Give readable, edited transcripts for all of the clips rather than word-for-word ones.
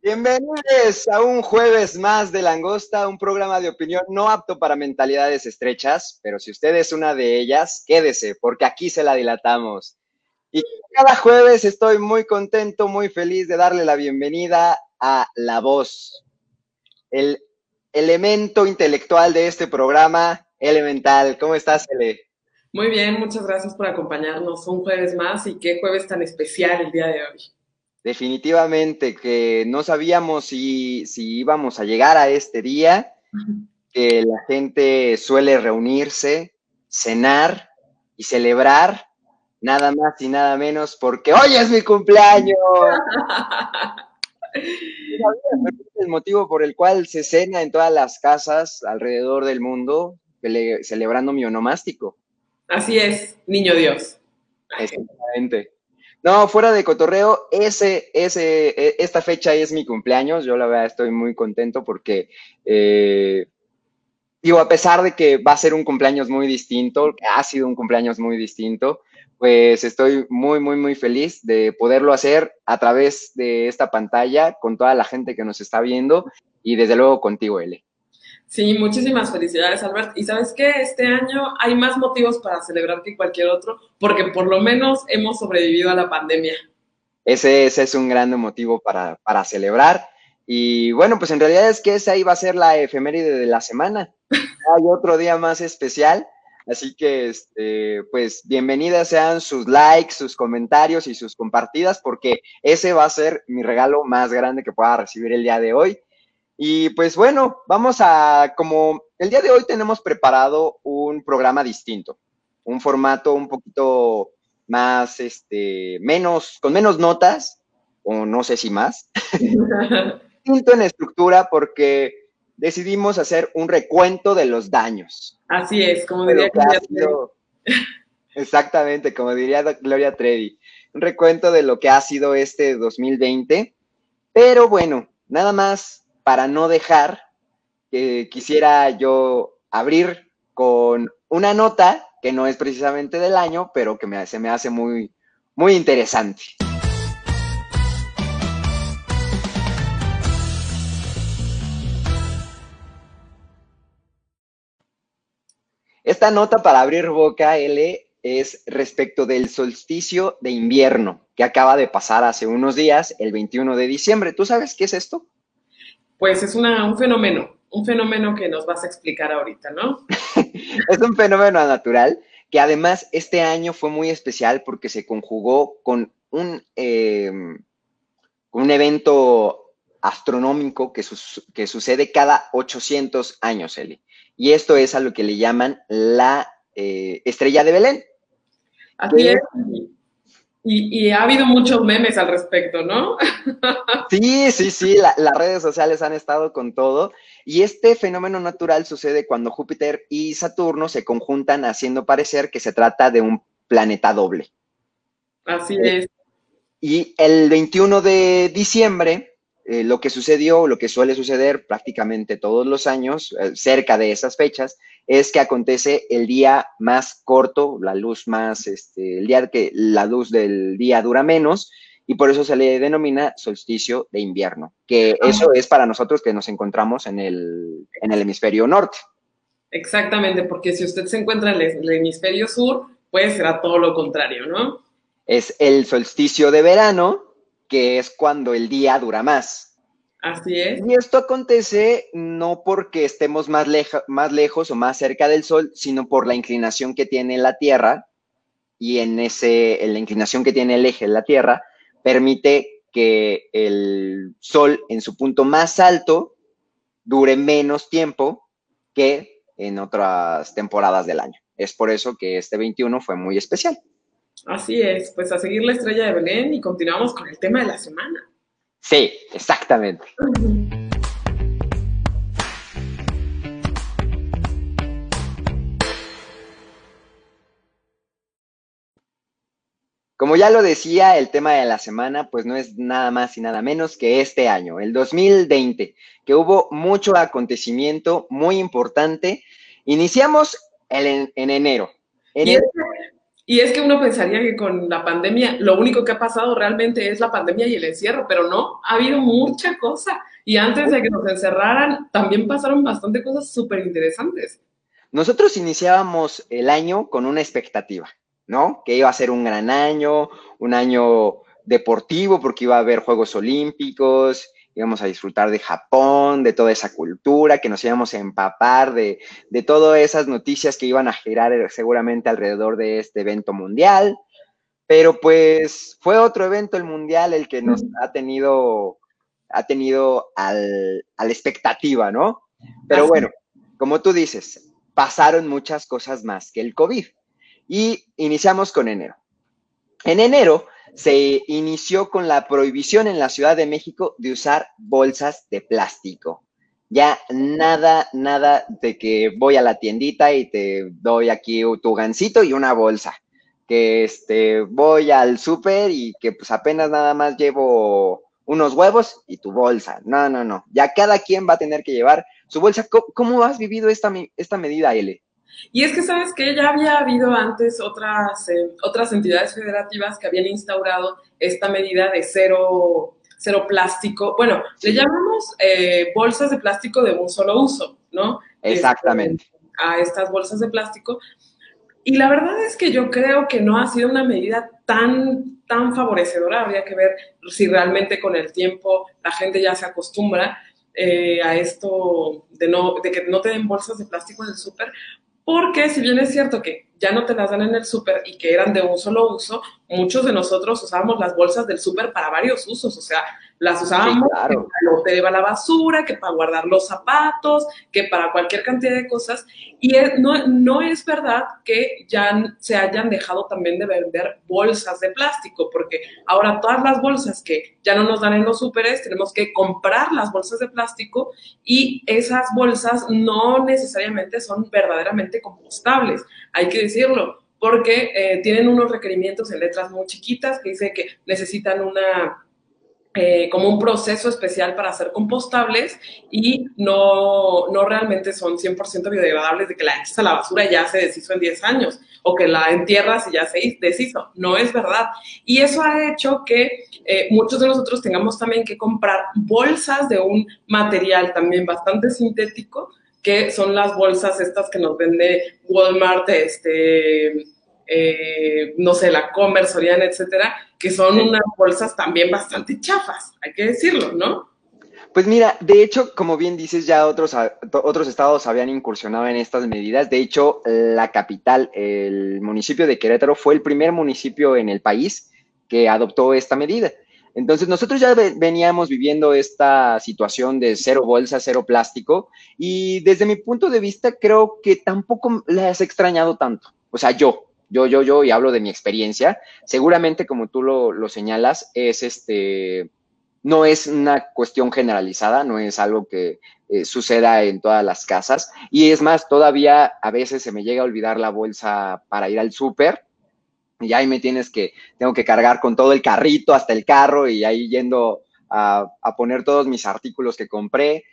Bienvenidos a un jueves más de Langosta, un programa de opinión no apto para mentalidades estrechas, pero si usted es una de ellas, quédese, porque aquí se la dilatamos. Y cada jueves estoy muy contento, muy feliz de darle la bienvenida a La Voz, el elemento intelectual de este programa, Elemental. ¿Cómo estás, Ele? Muy bien, muchas gracias por acompañarnos un jueves más y qué jueves tan especial el día de hoy. Definitivamente que no sabíamos si íbamos a llegar a este día, que la gente suele reunirse, cenar y celebrar nada más y nada menos porque hoy es mi cumpleaños. Es el motivo por el cual se cena en todas las casas alrededor del mundo celebrando mi onomástico. Así es, niño Dios. Exactamente. No, fuera de cotorreo, esta fecha es mi cumpleaños. Yo la verdad estoy muy contento porque eh, digo, a pesar de que va a ser un cumpleaños muy distinto, ha sido un cumpleaños muy distinto, pues estoy muy, muy, muy feliz de poderlo hacer a través de esta pantalla con toda la gente que nos está viendo y desde luego contigo, L. Sí, muchísimas felicidades, Albert. Y sabes qué, este año hay más motivos para celebrar que cualquier otro, porque por lo menos hemos sobrevivido a la pandemia. Ese es un gran motivo para celebrar. Y bueno, pues en realidad es que esa iba a ser la efeméride de la semana. Hay otro día más especial, así que pues bienvenidas sean sus likes, sus comentarios y sus compartidas, porque ese va a ser mi regalo más grande que pueda recibir el día de hoy. Y pues bueno, como el día de hoy tenemos preparado un programa distinto, un formato un poquito más, con menos notas, o no sé si más, distinto en estructura porque decidimos hacer un recuento de los daños, Así es, como de diría lo que ha Gloria Trevi. sido, exactamente, como diría Gloria Trevi, un recuento de lo que ha sido este 2020, pero bueno, nada más para no dejar, quisiera yo abrir con una nota que no es precisamente del año, pero que se me hace muy, muy interesante. Esta nota para abrir boca, L, es respecto del solsticio de invierno que acaba de pasar hace unos días, el 21 de diciembre. ¿Tú sabes qué es esto? Pues es un fenómeno que nos vas a explicar ahorita, ¿no? Es un fenómeno natural que además este año fue muy especial porque se conjugó con un evento astronómico que sucede cada 800 años, Eli. Y esto es a lo que le llaman la estrella de Belén. Así es. Que Y ha habido muchos memes al respecto, ¿no? sí, sí, sí, las redes sociales han estado con todo. Y este fenómeno natural sucede cuando Júpiter y Saturno se conjuntan haciendo parecer que se trata de un planeta doble. Así Eh, es. Y el 21 de diciembre, lo que sucedió, lo que suele suceder prácticamente todos los años, cerca de esas fechas, es que acontece el día más corto, la luz más, el día que la luz del día dura menos, y por eso se le denomina solsticio de invierno, que eso es para nosotros que nos encontramos en el hemisferio norte. Exactamente, porque si usted se encuentra en el hemisferio sur, pues será todo lo contrario, ¿no? Es el solsticio de verano, que es cuando el día dura más. Así es. Y esto acontece no porque estemos más lejos o más cerca del Sol, sino por la inclinación que tiene la Tierra y en la inclinación que tiene el eje de la Tierra, permite que el Sol en su punto más alto dure menos tiempo que en otras temporadas del año. Es por eso que este 21 fue muy especial. Así es. Pues a seguir la estrella de Belén y continuamos con el tema de la semana. Sí, exactamente. Como ya lo decía, el tema de la semana, pues no es nada más y nada menos que este año, el 2020, que hubo mucho acontecimiento muy importante. Iniciamos en enero. En Y es enero, Y es que uno pensaría que con la pandemia lo único que ha pasado realmente es la pandemia y el encierro, pero no, ha habido mucha cosa. Y antes de que nos encerraran, también pasaron bastante cosas súper interesantes. Nosotros iniciábamos el año con una expectativa, ¿no? Que iba a ser un año deportivo, porque iba a haber Juegos Olímpicos, íbamos a disfrutar de Japón, de toda esa cultura, que nos íbamos a empapar de todas esas noticias que iban a girar seguramente alrededor de este evento mundial. Pero pues fue otro evento, el mundial, el que nos ha tenido a la expectativa, ¿no? Pero Así. bueno, como tú dices, pasaron muchas cosas más que el COVID. Y iniciamos con enero. En enero se inició con la prohibición en la Ciudad de México de usar bolsas de plástico. Ya nada de que voy a la tiendita y te doy aquí tu gansito y una bolsa. Que voy al súper y que pues apenas nada más llevo unos huevos y tu bolsa. No. Ya cada quien va a tener que llevar su bolsa. ¿Cómo has vivido esta medida, L? Y es que, ¿sabes que ya había habido antes otras entidades federativas que habían instaurado esta medida de cero plástico? Bueno, le Sí, llamamos bolsas de plástico de un solo uso, ¿no? exactamente. A estas bolsas de plástico. Y la verdad es que yo creo que no ha sido una medida tan favorecedora. Habría que ver si realmente con el tiempo la gente ya se acostumbra a esto de que no te den bolsas de plástico en el súper, porque si bien es cierto que ya no te las dan en el súper y que eran de un solo uso, muchos de nosotros usábamos las bolsas del súper para varios usos, o sea, las Sí, usábamos que claro. para el bote de la basura, que para guardar los zapatos, que para cualquier cantidad de cosas. Y no es verdad que ya se hayan dejado también de vender bolsas de plástico, porque ahora todas las bolsas que ya no nos dan en los súperes, tenemos que comprar las bolsas de plástico y esas bolsas no necesariamente son verdaderamente compostables, hay que decirlo, porque tienen unos requerimientos en letras muy chiquitas que dice que necesitan como un proceso especial para ser compostables y no realmente son 100% biodegradables de que la echas a la basura y ya se deshizo en 10 años o que la entierras y ya se deshizo. No es verdad. Y eso ha hecho que muchos de nosotros tengamos también que comprar bolsas de un material también bastante sintético, que son las bolsas estas que nos vende Walmart, no sé, la Comer, Soriana, etcétera, que son Sí. unas bolsas también bastante chafas, hay que decirlo, ¿no? Pues mira, de hecho, como bien dices, ya otros estados habían incursionado en estas medidas. De hecho, la capital, el municipio de Querétaro, fue el primer municipio en el país que adoptó esta medida. Entonces, nosotros ya veníamos viviendo esta situación de cero bolsa, cero plástico, y desde mi punto de vista, creo que tampoco la has extrañado tanto. O sea, y hablo de mi experiencia. Seguramente, como tú lo señalas, no es una cuestión generalizada, no es algo que suceda en todas las casas. Y es más, todavía a veces se me llega a olvidar la bolsa para ir al súper y ahí tengo que cargar con todo el carrito hasta el carro y ahí yendo a poner todos mis artículos que compré.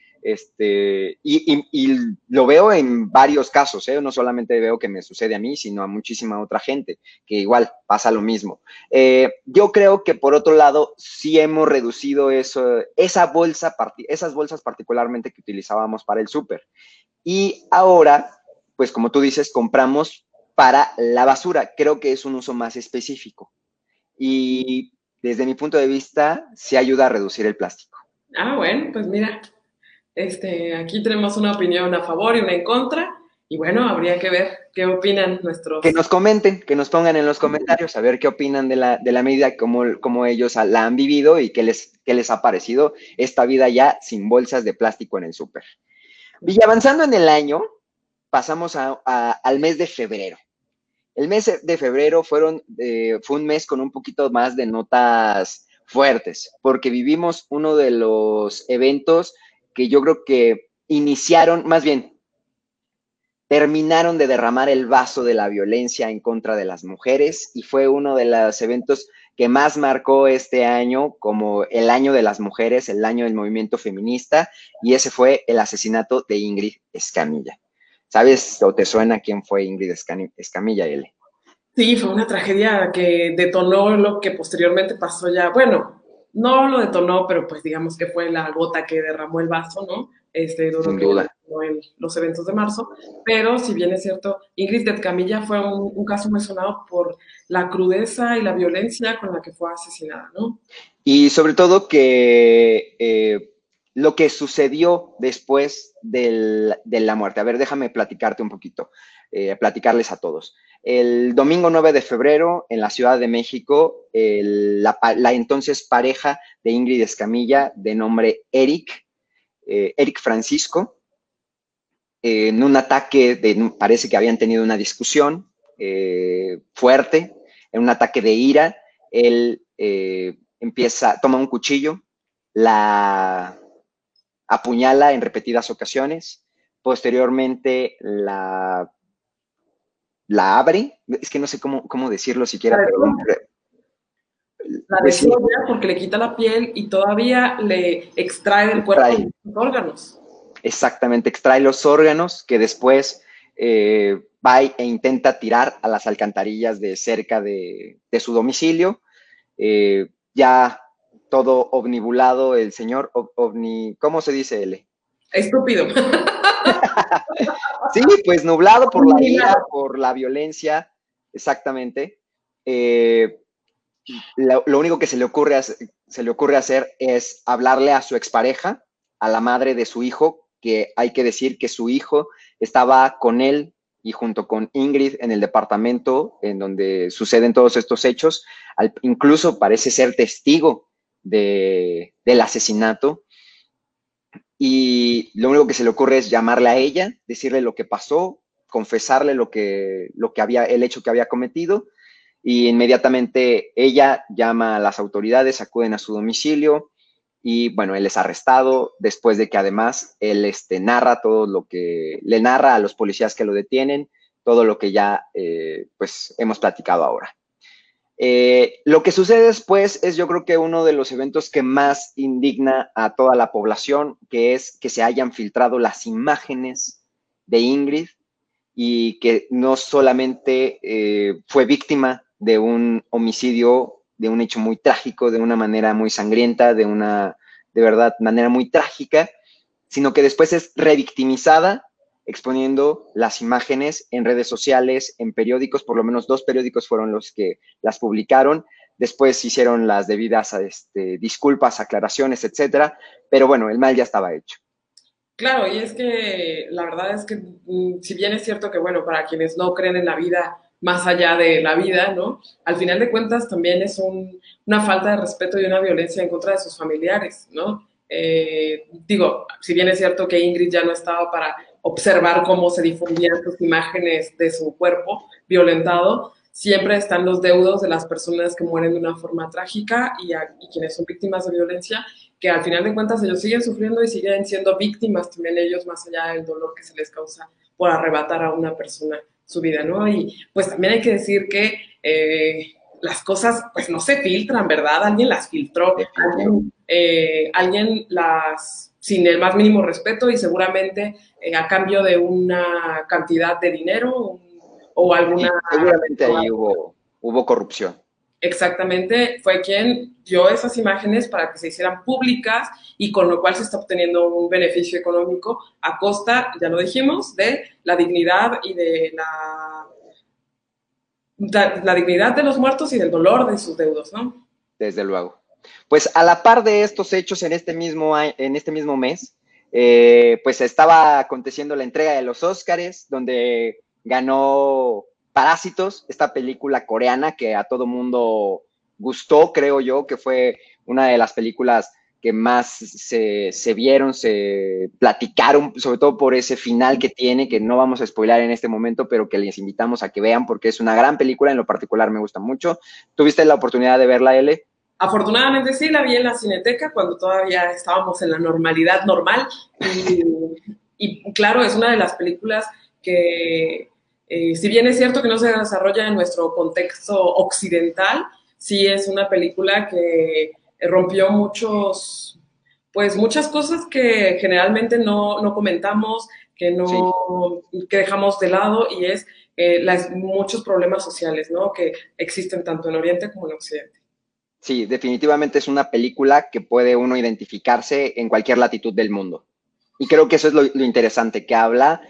Y lo veo en varios casos, ¿eh? No solamente veo que me sucede a mí, sino a muchísima otra gente, que igual pasa lo mismo. Yo creo que por otro lado, sí hemos reducido esas bolsas particularmente que utilizábamos para el súper. Y ahora, pues como tú dices, compramos para la basura. Creo que es un uso más específico. Y desde mi punto de vista, sí ayuda a reducir el plástico. Ah, bueno, pues mira, aquí tenemos una opinión a favor y una en contra, y bueno, habría que ver qué opinan Que nuestros... nos comenten, que nos pongan en los comentarios a ver qué opinan de la medida, cómo ellos la han vivido y qué les ha parecido esta vida ya sin bolsas de plástico en el súper. Y avanzando en el año, pasamos al mes de febrero. El mes de febrero fue un mes con un poquito más de notas fuertes, porque vivimos uno de los eventos que yo creo que iniciaron, más bien, terminaron de derramar el vaso de la violencia en contra de las mujeres y fue uno de los eventos que más marcó este año como el año de las mujeres, el año del movimiento feminista, y ese fue el asesinato de Ingrid Escamilla. ¿Sabes o te suena quién fue Ingrid Escamilla, L? Sí, fue una tragedia que detonó lo que posteriormente pasó ya. Bueno, no lo detonó, pero pues digamos que fue la gota que derramó el vaso, ¿no? De lo sin que duda. fue los eventos de marzo. Pero si bien es cierto, Ingrid Camilla fue un caso muy sonado por la crudeza y la violencia con la que fue asesinada, ¿no? Y sobre todo que lo que sucedió después de la muerte. A ver, déjame platicarte un poquito, platicarles a todos. El domingo 9 de febrero, en la Ciudad de México, la entonces pareja de Ingrid Escamilla, de nombre Eric, Eric Francisco, en un ataque, parece que habían tenido una discusión fuerte, en un ataque de ira, él toma un cuchillo, la apuñala en repetidas ocasiones, posteriormente la abre, es que no sé cómo decirlo La siquiera, de perdón, La pues sí, desolla porque le quita la piel y todavía le extrae del cuerpo extrae, los órganos. exactamente, extrae los órganos que después va e intenta tirar a las alcantarillas de cerca de su domicilio. Ya todo omnibulado, el señor ¿cómo se dice L? Estúpido. Sí, pues nublado por la ira, Eliminado. por la violencia, exactamente. Eh, lo único que se le ocurre hacer es hablarle a su expareja, a la madre de su hijo, que hay que decir que su hijo estaba con él y junto con Ingrid en el departamento en donde suceden todos estos hechos. Incluso parece ser testigo del asesinato. Y lo único que se le ocurre es llamarle a ella, decirle lo que pasó, confesarle el hecho que había cometido, y inmediatamente ella llama a las autoridades, acuden a su domicilio y bueno, él es arrestado después de que además él narra todo lo que le narra a los policías que lo detienen, todo lo que ya pues hemos platicado ahora. Lo que sucede después es yo creo que uno de los eventos que más indigna a toda la población, que es que se hayan filtrado las imágenes de Ingrid y que no solamente fue víctima de un homicidio, de un hecho muy trágico, de una manera muy sangrienta, de verdad, manera muy trágica, sino que después es revictimizada exponiendo las imágenes en redes sociales, en periódicos, por lo menos 2 periódicos fueron los que las publicaron. Después hicieron las debidas disculpas, aclaraciones, etcétera. Pero bueno, el mal ya estaba hecho. Claro, y es que la verdad es que si bien es cierto que, bueno, para quienes no creen en la vida más allá de la vida, ¿no? Al final de cuentas también es una falta de respeto y una violencia en contra de sus familiares, ¿no? Digo, si bien es cierto que Ingrid ya no estaba para observar cómo se difundían sus imágenes de su cuerpo violentado, siempre están los deudos de las personas que mueren de una forma trágica y quienes son víctimas de violencia que al final de cuentas ellos siguen sufriendo y siguen siendo víctimas también ellos, más allá del dolor que se les causa por arrebatar a una persona su vida, ¿no? Y pues también hay que decir que las cosas pues no se filtran, ¿verdad? Alguien las filtró, Definitivo. alguien las sin el más mínimo respeto y seguramente a cambio de una cantidad de dinero o alguna. Sí, seguramente ahí hubo corrupción. Exactamente, fue quien dio esas imágenes para que se hicieran públicas y con lo cual se está obteniendo un beneficio económico a costa, ya lo dijimos, de la dignidad y de la dignidad de los muertos y del dolor de sus deudos, ¿no? Desde luego. Pues a la par de estos hechos en este mismo mes, pues estaba aconteciendo la entrega de los Óscares, donde ganó Parásitos, esta película coreana que a todo mundo gustó, creo yo, que fue una de las películas que más se vieron, se platicaron, sobre todo por ese final que tiene, que no vamos a spoilar en este momento, pero que les invitamos a que vean porque es una gran película, en lo particular me gusta mucho. ¿Tuviste la oportunidad de verla, L? Afortunadamente sí, la vi en la Cineteca cuando todavía estábamos en la normalidad normal y claro, es una de las películas que, si bien es cierto que no se desarrolla en nuestro contexto occidental, sí es una película que rompió pues muchas cosas que generalmente no comentamos, Sí, que dejamos de lado y es muchos problemas sociales, ¿no? Que existen tanto en Oriente como en Occidente. Sí, definitivamente es una película que puede uno identificarse en cualquier latitud del mundo. Y creo que eso es lo interesante, que habla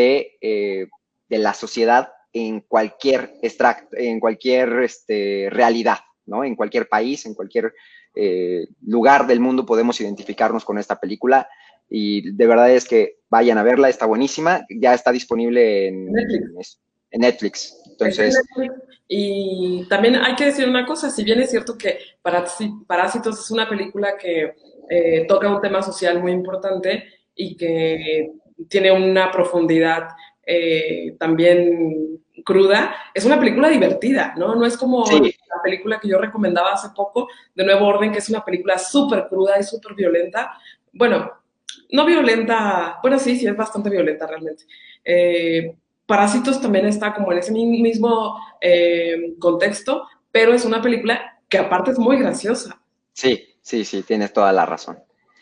de la sociedad en cualquier en cualquier realidad, ¿no? En cualquier país, en cualquier lugar del mundo podemos identificarnos con esta película. Y de verdad es que vayan a verla, está buenísima. Ya está disponible Netflix. en Netflix. Está en Entonces, Netflix. Y también hay que decir una cosa, si bien es cierto que Parásitos es una película que toca un tema social muy importante y que tiene una profundidad también cruda, es una película divertida, ¿no? No es como sí, la película que yo recomendaba hace poco, de Nuevo Orden, que es una película súper cruda y súper violenta. Bueno, no violenta, bueno, sí, sí, es bastante violenta realmente. Parásitos también está como en ese mismo contexto, pero es una película que aparte es muy graciosa. sí, sí, sí, tienes toda la razón.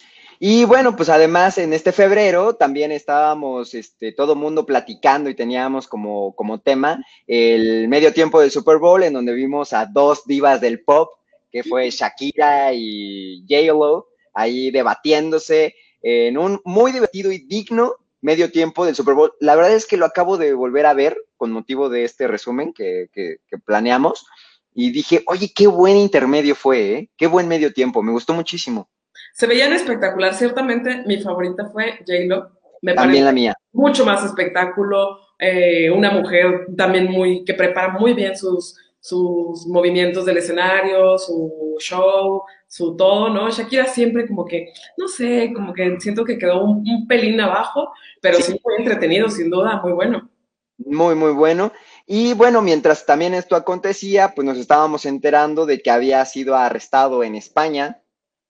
Y bueno, pues además en este febrero también estábamos todo mundo platicando y teníamos como tema el medio tiempo del Super Bowl, en donde vimos a dos divas del pop, que fue Shakira y J-Lo, ahí debatiéndose en un muy divertido y digno medio tiempo del Super Bowl. La verdad es que lo acabo de volver a ver con motivo de este resumen que planeamos y dije, oye, qué buen intermedio fue, ¿eh? Qué buen medio tiempo, me gustó muchísimo. Se veían espectacular, ciertamente mi favorita fue J-Lo, me parece También la mía. mucho más espectáculo, una mujer también que prepara muy bien sus movimientos del escenario, su show, su todo, ¿no? Shakira siempre como que, no sé, como que siento que quedó un pelín abajo, pero Sí, sí muy entretenido, sin duda, muy bueno. muy, muy bueno. Y bueno, mientras también esto acontecía, pues nos estábamos enterando de que había sido arrestado en España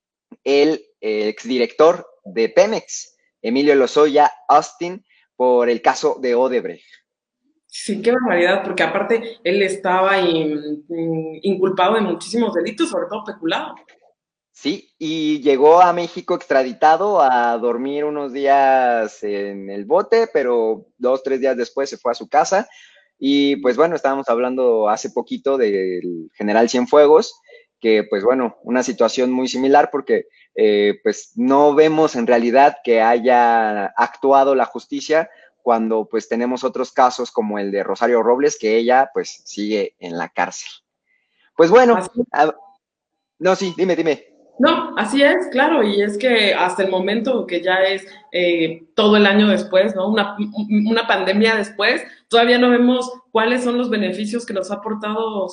el exdirector de Pemex, Emilio Lozoya Austin, por el caso de Odebrecht. Sí, qué barbaridad, porque aparte él estaba inculpado de muchísimos delitos, sobre todo peculado. Sí, y llegó a México extraditado a dormir unos días en el bote, pero 2, 3 días después se fue a su casa. Y pues bueno, estábamos hablando hace poquito del general Cienfuegos, que pues bueno, una situación muy similar porque pues no vemos en realidad que haya actuado la justicia cuando pues tenemos otros casos como el de Rosario Robles, que ella pues sigue en la cárcel. Pues bueno, Así no, sí, dime. No, así es, claro, y es que hasta el momento que ya es todo el año después, ¿no? Una pandemia después, todavía no vemos cuáles son los beneficios que nos ha aportado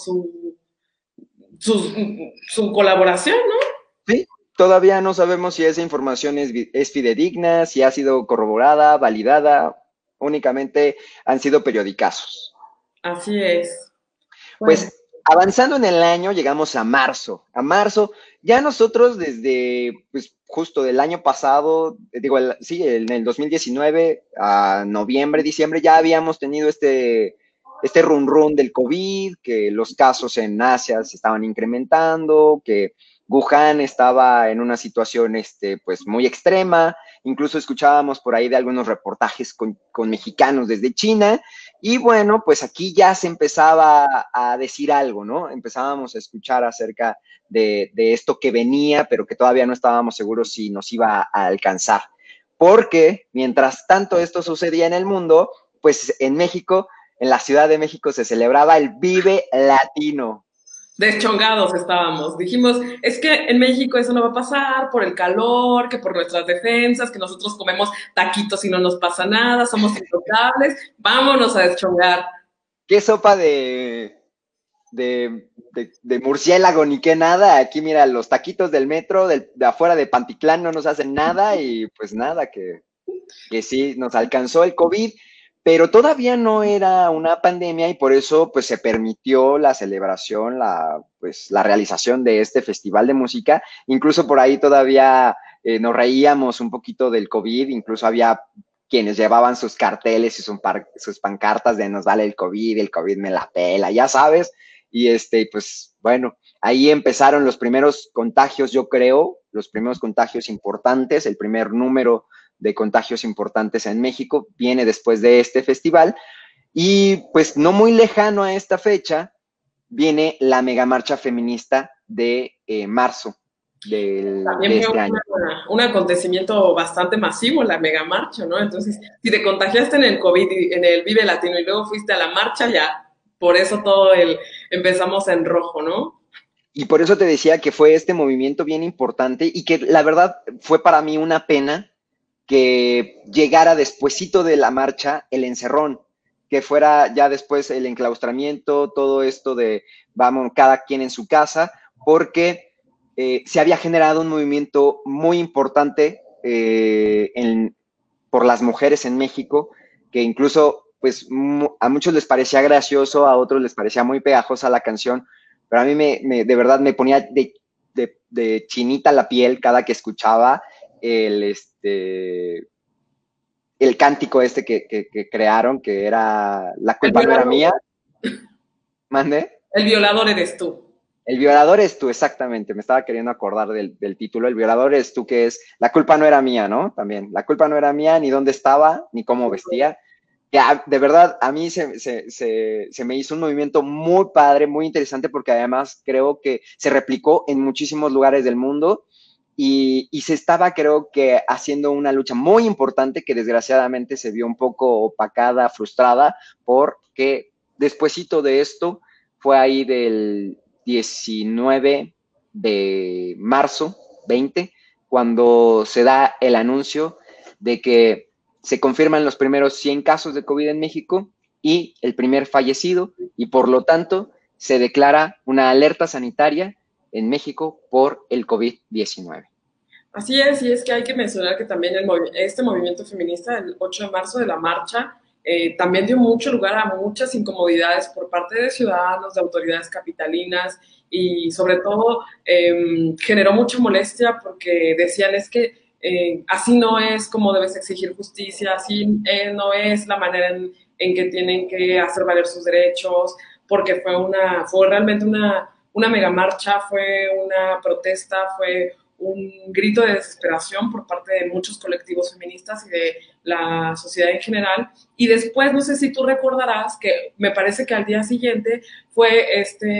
su, su colaboración, ¿no? Sí, todavía no sabemos si esa información es fidedigna, si ha sido corroborada, validada, únicamente han sido periodicazos. Así es. Bueno, Pues avanzando en el año, llegamos a marzo. A marzo, ya nosotros desde, pues justo del año pasado, digo, sí, en el 2019, a noviembre, diciembre, ya habíamos tenido este run run del COVID, que los casos en Asia se estaban incrementando, que Wuhan estaba en una situación, pues muy extrema. Incluso escuchábamos por ahí de algunos reportajes con mexicanos desde China, y bueno, pues aquí ya se empezaba a decir algo, ¿no? Empezábamos a escuchar acerca de esto que venía, pero que todavía no estábamos seguros si nos iba a alcanzar. Porque mientras tanto esto sucedía en el mundo, pues en México, en la Ciudad de México, se celebraba el Vive Latino. deschongados estábamos. Dijimos, es que en México eso no va a pasar por el calor, que por nuestras defensas, que nosotros comemos taquitos y no nos pasa nada, somos intocables, vámonos a deschongar. ¿Qué sopa de murciélago ni qué nada? Aquí mira, los taquitos del metro, de afuera de Pantitlán no nos hacen nada y pues nada, que sí nos alcanzó el COVID, pero todavía no era una pandemia y por eso pues se permitió la celebración, pues la realización de este festival de música. Incluso por ahí todavía nos reíamos un poquito del COVID, incluso había quienes llevaban sus carteles y sus pancartas de nos vale el COVID me la pela, ya sabes. Y pues bueno, ahí empezaron los primeros contagios, yo creo, los primeros contagios importantes, el primer número de contagios importantes en México, viene después de este festival. Y pues no muy lejano a esta fecha viene la megamarcha feminista de marzo También de fue este año. un acontecimiento bastante masivo la mega marcha, ¿no? Entonces, si te contagiaste en el COVID, en el Vive Latino y luego fuiste a la marcha, ya, por eso empezamos en rojo, ¿no? Y por eso te decía que fue este movimiento bien importante y que la verdad fue para mí una pena que llegara despuesito de la marcha el encerrón, que fuera ya después el enclaustramiento, todo esto de vamos cada quien en su casa, porque se había generado un movimiento muy importante por las mujeres en México, que incluso pues a muchos les parecía gracioso, a otros les parecía muy pegajosa la canción, pero a mí de verdad me ponía de chinita la piel cada que escuchaba el el cántico que crearon, que era La El culpa no era violador, mía, mande. el violador eres tú. El violador es tú, exactamente, me estaba queriendo acordar del título. El violador es tú, que es La culpa no era mía, ¿no? También, la culpa no era mía, ni dónde estaba, ni cómo vestía. Ya, de verdad, a mí se me hizo un movimiento muy padre, muy interesante, porque además creo que se replicó en muchísimos lugares del mundo y se estaba, creo que, haciendo una lucha muy importante que desgraciadamente se vio un poco opacada, frustrada, porque despuesito de esto fue ahí del 19 de marzo 20, cuando se da el anuncio de que se confirman los primeros 100 casos de COVID en México y el primer fallecido, y por lo tanto se declara una alerta sanitaria en México por el COVID-19. Así es, y es que hay que mencionar que también este movimiento feminista, el 8 de marzo de la marcha, también dio mucho lugar a muchas incomodidades por parte de ciudadanos, de autoridades capitalinas y sobre todo generó mucha molestia porque decían es que así no es como debes exigir justicia, así no es la manera en que tienen que hacer valer sus derechos, porque fue realmente una mega marcha, fue una protesta, fue un grito de desesperación por parte de muchos colectivos feministas y de la sociedad en general. Y después, no sé si tú recordarás que me parece que al día siguiente fue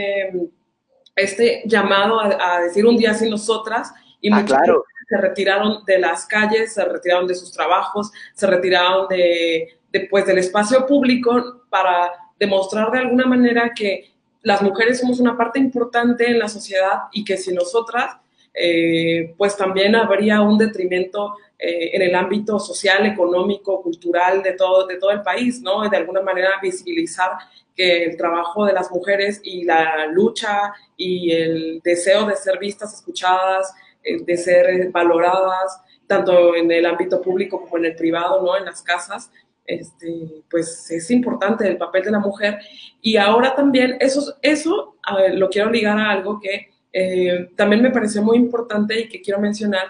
este llamado a decir un día sin nosotras y Ah, muchas claro. se retiraron de las calles, se retiraron de sus trabajos, se retiraron pues, del espacio público para demostrar de alguna manera que las mujeres somos una parte importante en la sociedad y que si nosotras pues también habría un detrimento en el ámbito social, económico, cultural de todo el país, ¿no? De alguna manera visibilizar que el trabajo de las mujeres y la lucha y el deseo de ser vistas, escuchadas, de ser valoradas, tanto en el ámbito público como en el privado, ¿no? En las casas, pues es importante el papel de la mujer. Y ahora también eso lo quiero ligar a algo que también me pareció muy importante y que quiero mencionar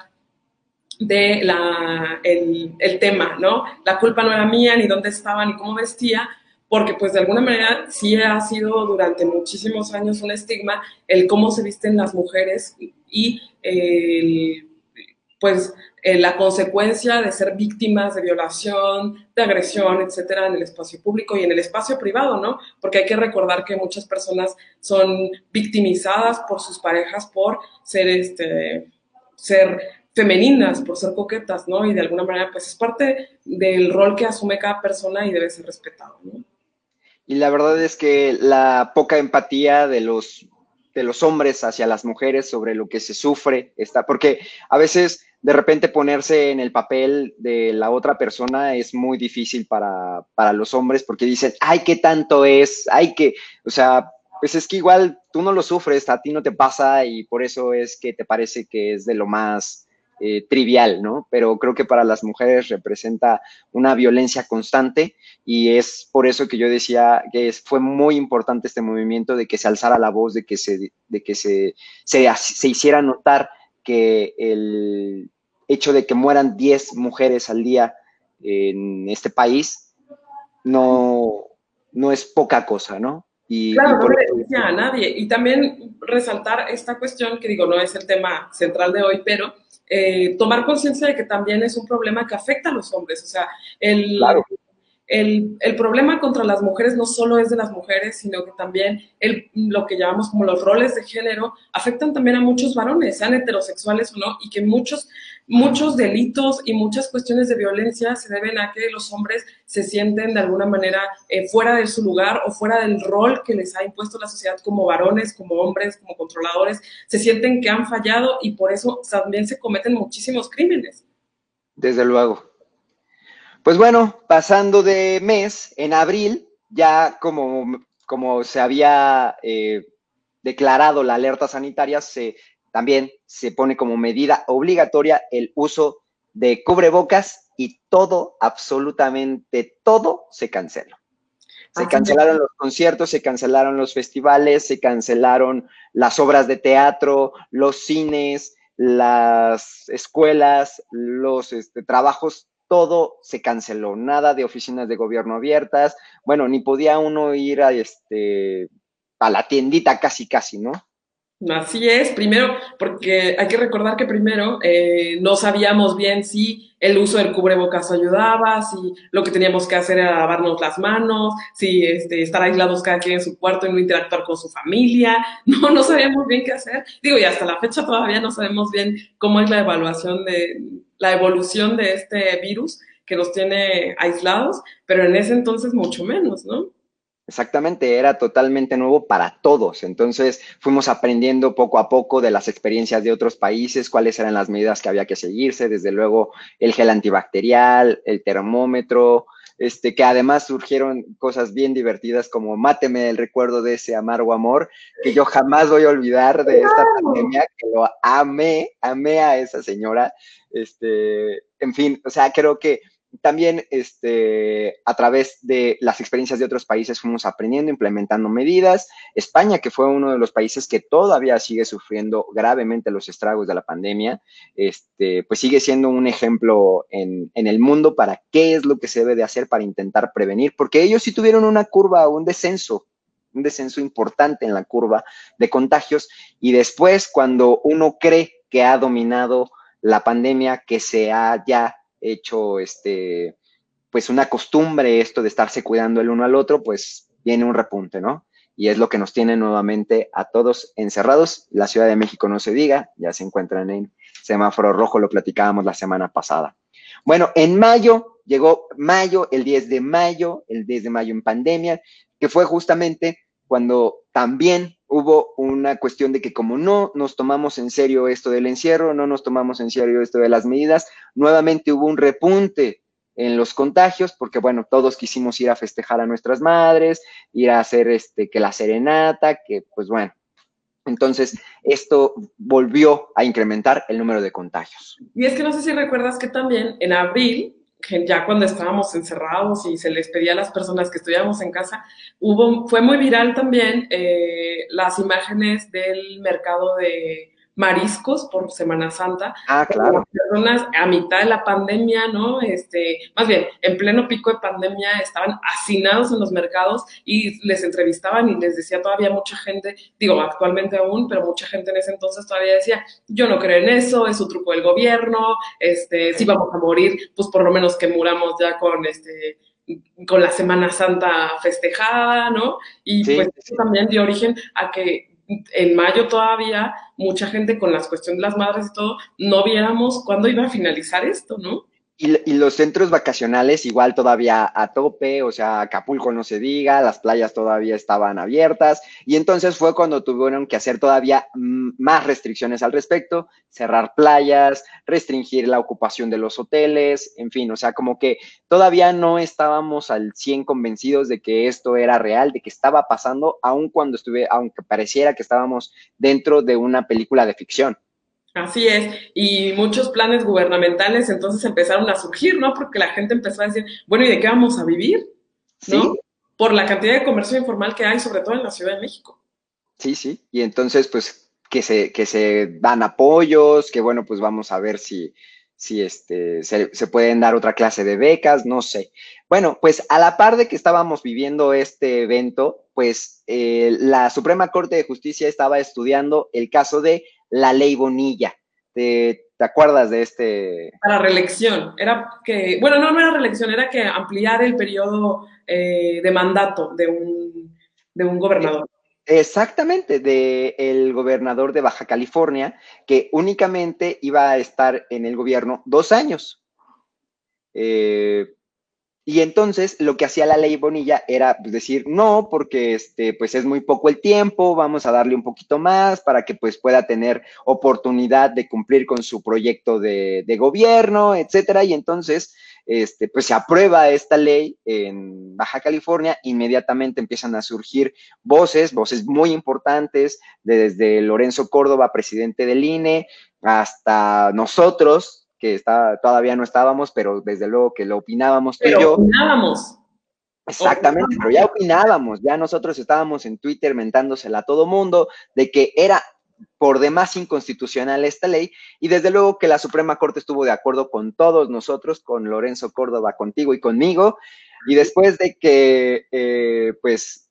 el tema, ¿no? La culpa no era mía, ni dónde estaba, ni cómo vestía, porque pues de alguna manera sí ha sido durante muchísimos años un estigma el cómo se visten las mujeres y pues la consecuencia de ser víctimas de violación, de agresión, etcétera, en el espacio público y en el espacio privado, ¿no? Porque hay que recordar que muchas personas son victimizadas por sus parejas por ser femeninas, por ser coquetas, ¿no? Y de alguna manera, pues es parte del rol que asume cada persona y debe ser respetado, ¿no? Y la verdad es que la poca empatía de los hombres hacia las mujeres sobre lo que se sufre está, porque a veces de repente ponerse en el papel de la otra persona es muy difícil para los hombres porque dicen, ay, qué tanto es, ay, que, o sea, pues es que igual tú no lo sufres, a ti no te pasa y por eso es que te parece que es de lo más trivial, ¿no? Pero creo que para las mujeres representa una violencia constante y es por eso que yo decía que fue muy importante este movimiento de que se alzara la voz, de que se hiciera notar que el hecho de que mueran 10 mujeres al día en este país no, no es poca cosa, ¿no? Y Claro, no por eso, beneficia a nadie. Y también resaltar esta cuestión, que digo, no es el tema central de hoy, pero tomar conciencia de que también es un problema que afecta a los hombres. O sea, el, claro, el problema contra las mujeres no solo es de las mujeres, sino que también lo que llamamos como los roles de género afectan también a muchos varones, sean heterosexuales o no, y que muchos delitos y muchas cuestiones de violencia se deben a que los hombres se sienten de alguna manera fuera de su lugar o fuera del rol que les ha impuesto la sociedad como varones, como hombres, como controladores, se sienten que han fallado y por eso también se cometen muchísimos crímenes. Desde luego. Pues bueno, pasando de mes, en abril, ya como se había declarado la alerta sanitaria, también se pone como medida obligatoria el uso de cubrebocas y todo, absolutamente todo, se canceló. Se Así cancelaron los conciertos, se cancelaron los festivales, se cancelaron las obras de teatro, los cines, las escuelas, los trabajos, todo se canceló. Nada de oficinas de gobierno abiertas. Bueno, ni podía uno ir a la tiendita casi, casi, ¿no? Así es, primero, porque hay que recordar que primero no sabíamos bien si el uso del cubrebocas ayudaba, si lo que teníamos que hacer era lavarnos las manos, si estar aislados cada quien en su cuarto y no interactuar con su familia, no sabíamos bien qué hacer. Digo, y hasta la fecha todavía no sabemos bien cómo es la evolución de este virus que nos tiene aislados, pero en ese entonces mucho menos, ¿no? Exactamente, era totalmente nuevo para todos. Entonces fuimos aprendiendo poco a poco de las experiencias de otros países, cuáles eran las medidas que había que seguirse, desde luego el gel antibacterial, el termómetro, que además surgieron cosas bien divertidas como máteme el recuerdo de ese amargo amor, que yo jamás voy a olvidar de esta pandemia, que lo amé a esa señora. En fin, o sea, creo que también a través de las experiencias de otros países fuimos aprendiendo, implementando medidas. España, que fue uno de los países que todavía sigue sufriendo gravemente los estragos de la pandemia, pues sigue siendo un ejemplo en el mundo para qué es lo que se debe de hacer para intentar prevenir, porque ellos sí tuvieron una curva, un descenso importante en la curva de contagios, y después cuando uno cree que ha dominado la pandemia, que se ha ya hecho pues una costumbre esto de estarse cuidando el uno al otro, pues viene un repunte, ¿no? Y es lo que nos tiene nuevamente a todos encerrados. La Ciudad de México no se diga, ya se encuentran en semáforo rojo, lo platicábamos la semana pasada. Bueno, en mayo, llegó mayo, el 10 de mayo, el 10 de mayo en pandemia, que fue justamente cuando también hubo una cuestión de que como no nos tomamos en serio esto del encierro, no nos tomamos en serio esto de las medidas, nuevamente hubo un repunte en los contagios, porque bueno, todos quisimos ir a festejar a nuestras madres, ir a hacer que la serenata, que pues bueno, entonces esto volvió a incrementar el número de contagios. Y es que no sé si recuerdas que también en abril, que ya cuando estábamos encerrados y se les pedía a las personas que estuviéramos en casa, fue muy viral también las imágenes del mercado de mariscos por Semana Santa, Ah, como claro. las personas a mitad de la pandemia, ¿no? Más bien, en pleno pico de pandemia estaban hacinados en los mercados y les entrevistaban y les decía todavía mucha gente, digo, actualmente aún, pero mucha gente en ese entonces todavía decía, yo no creo en eso, es un truco del gobierno, si vamos a morir, pues por lo menos que muramos ya con la Semana Santa festejada, ¿no? Y pues Sí, eso también dio origen a que en mayo todavía mucha gente con las cuestiones de las madres y todo, no viéramos cuándo iba a finalizar esto, ¿no? y los centros vacacionales igual todavía a tope, o sea, Acapulco no se diga, las playas todavía estaban abiertas, y entonces fue cuando tuvieron que hacer todavía más restricciones al respecto, cerrar playas, restringir la ocupación de los hoteles, en fin, o sea, como que todavía no estábamos al 100 convencidos de que esto era real, de que estaba pasando, aunque pareciera que estábamos dentro de una película de ficción. Así es, y muchos planes gubernamentales entonces empezaron a surgir, ¿no? Porque la gente empezó a decir, bueno, ¿y de qué vamos a vivir? ¿No? Sí, Por la cantidad de comercio informal que hay, sobre todo en la Ciudad de México. sí, sí. Y entonces, pues, que se dan apoyos, que bueno, pues vamos a ver si se pueden dar otra clase de becas, no sé. Bueno, pues a la par de que estábamos viviendo este evento, pues la Suprema Corte de Justicia estaba estudiando el caso de la Ley Bonilla. ¿Te acuerdas de este? Para reelección. Era que, bueno, no era reelección, era que ampliar el periodo de mandato de un gobernador. Exactamente, de el gobernador de Baja California, que únicamente iba a estar en el gobierno 2 años. Eh, Y entonces lo que hacía la ley Bonilla era pues, decir no, porque pues es muy poco el tiempo, vamos a darle un poquito más para que pues pueda tener oportunidad de cumplir con su proyecto de gobierno, etcétera. Y entonces pues se aprueba esta ley en Baja California, inmediatamente empiezan a surgir voces muy importantes, desde Lorenzo Córdoba, presidente del INE, hasta nosotros, que todavía no estábamos, pero desde luego que lo opinábamos tú y Pero yo. opinábamos. Exactamente, pero ya opinábamos, ya nosotros estábamos en Twitter mentándosela a todo mundo de que era por demás inconstitucional esta ley, y desde luego que la Suprema Corte estuvo de acuerdo con todos nosotros, con Lorenzo Córdoba, contigo y conmigo, y después de que pues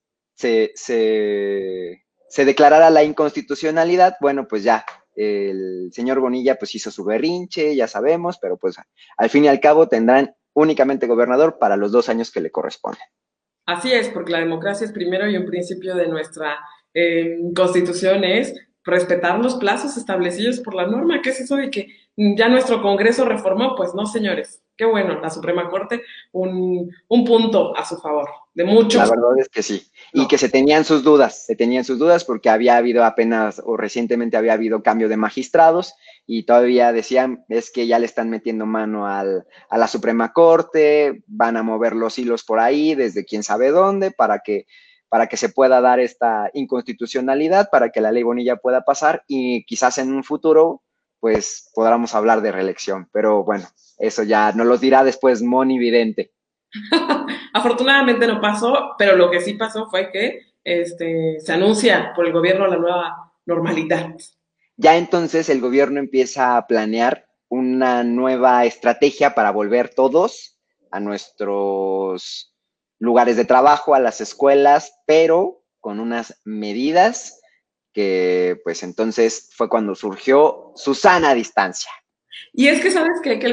se declarara la inconstitucionalidad, bueno, pues ya el señor Bonilla pues hizo su berrinche, ya sabemos, pero pues al fin y al cabo tendrán únicamente gobernador para los 2 años que le corresponden. Así es, porque la democracia es primero y un principio de nuestra constitución es respetar los plazos establecidos por la norma. ¿Qué es eso de que ya nuestro Congreso reformó? Pues no, señores. Qué bueno, la Suprema Corte, un punto a su favor, de La muchos. verdad es que sí. Y No. que se tenían sus dudas porque había habido apenas o recientemente había habido cambio de magistrados y todavía decían es que ya le están metiendo mano a la Suprema Corte, van a mover los hilos por ahí desde quién sabe dónde para que se pueda dar esta inconstitucionalidad, para que la ley Bonilla pueda pasar y quizás en un futuro pues podamos hablar de reelección. Pero bueno, eso ya nos lo dirá después Moni Vidente. Afortunadamente no pasó, pero lo que sí pasó fue que se anuncia por el gobierno la nueva normalidad. Ya entonces el gobierno empieza a planear una nueva estrategia para volver todos a nuestros lugares de trabajo, a las escuelas, pero con unas medidas que pues entonces fue cuando surgió Susana Distancia. Y es que sabes que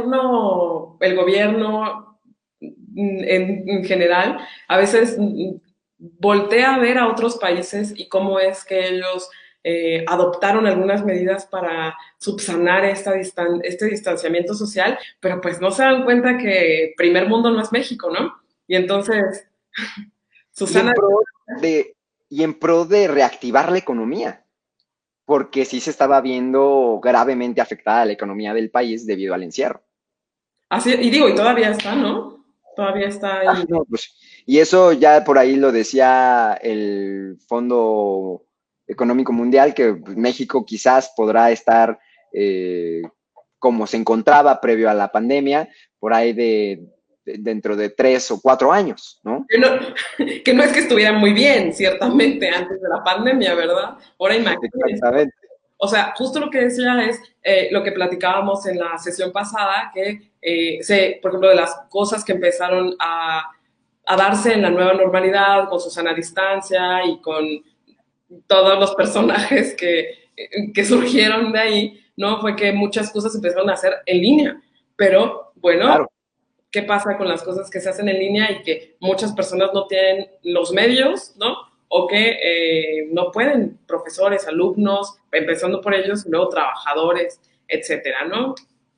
el gobierno en general a veces voltea a ver a otros países y cómo es que ellos adoptaron algunas medidas para subsanar este distanciamiento social, pero pues no se dan cuenta que primer mundo no es México, ¿no? Y entonces, Y en Susana, pro de, y en pro de reactivar la economía, porque sí se estaba viendo gravemente afectada la economía del país debido al encierro. así, y digo, y todavía está, ¿no? Todavía está Ah, ahí. no, pues, y eso ya por ahí lo decía el Fondo Económico Mundial, que pues, México quizás podrá estar eh, como se encontraba previo a la pandemia, por ahí dentro de 3 o 4 años, ¿no? Que no, que no es que estuviera muy bien, ciertamente, antes de la pandemia, ¿verdad? Ahora imagínense. Exactamente. O sea, justo lo que decía es lo que platicábamos en la sesión pasada, que por ejemplo, de las cosas que empezaron a darse en la nueva normalidad, con Susana Distancia y con todos los personajes que surgieron de ahí, ¿no? Fue que muchas cosas empezaron a hacer en línea. Pero bueno, Claro. qué pasa con las cosas que se hacen en línea y que muchas personas no tienen los medios, ¿no? O que no pueden, profesores, alumnos, empezando por ellos, y luego trabajadores, etcétera, ¿no?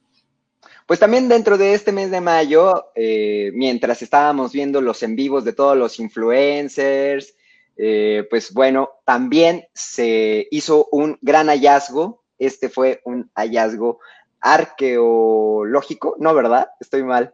Pues también dentro de este mes de mayo, mientras estábamos viendo los en vivos de todos los influencers, pues bueno, también se hizo un gran hallazgo. Este fue un hallazgo arqueológico, ¿no, verdad? Estoy mal.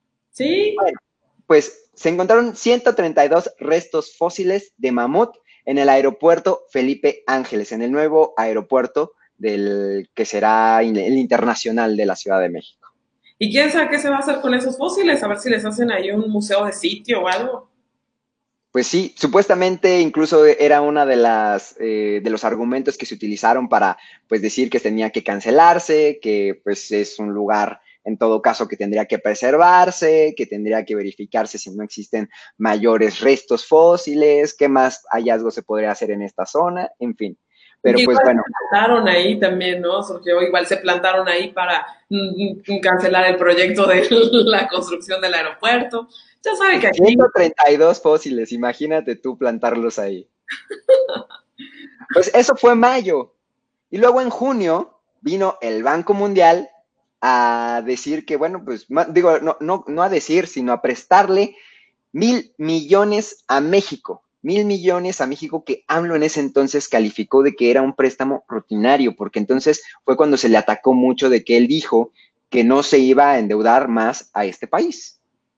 Sí, Bueno, pues se encontraron 132 restos fósiles de mamut en el aeropuerto Felipe Ángeles, en el nuevo aeropuerto del que será el internacional de la Ciudad de México. y quién sabe qué se va a hacer con esos fósiles, a ver si les hacen ahí un museo de sitio o algo. Pues sí, supuestamente incluso era una de los argumentos que se utilizaron para pues decir que tenía que cancelarse, que pues es un lugar en todo caso que tendría que preservarse, que tendría que verificarse si no existen mayores restos fósiles, qué más hallazgos se podría hacer en esta zona, en fin. Pero Que pues igual bueno, se plantaron ahí también, ¿no? Surgió, igual se plantaron ahí para cancelar el proyecto de la construcción del aeropuerto. Ya sabe que aquí, 132 fósiles, imagínate tú plantarlos ahí. Pues eso fue mayo. Y luego en junio vino el Banco Mundial a decir que, bueno, pues digo, no a decir, sino a prestarle 1,000 millones a México. 1,000 millones a México que AMLO en ese entonces calificó de que era un préstamo rutinario, porque entonces fue cuando se le atacó mucho de que él dijo que no se iba a endeudar más a este país.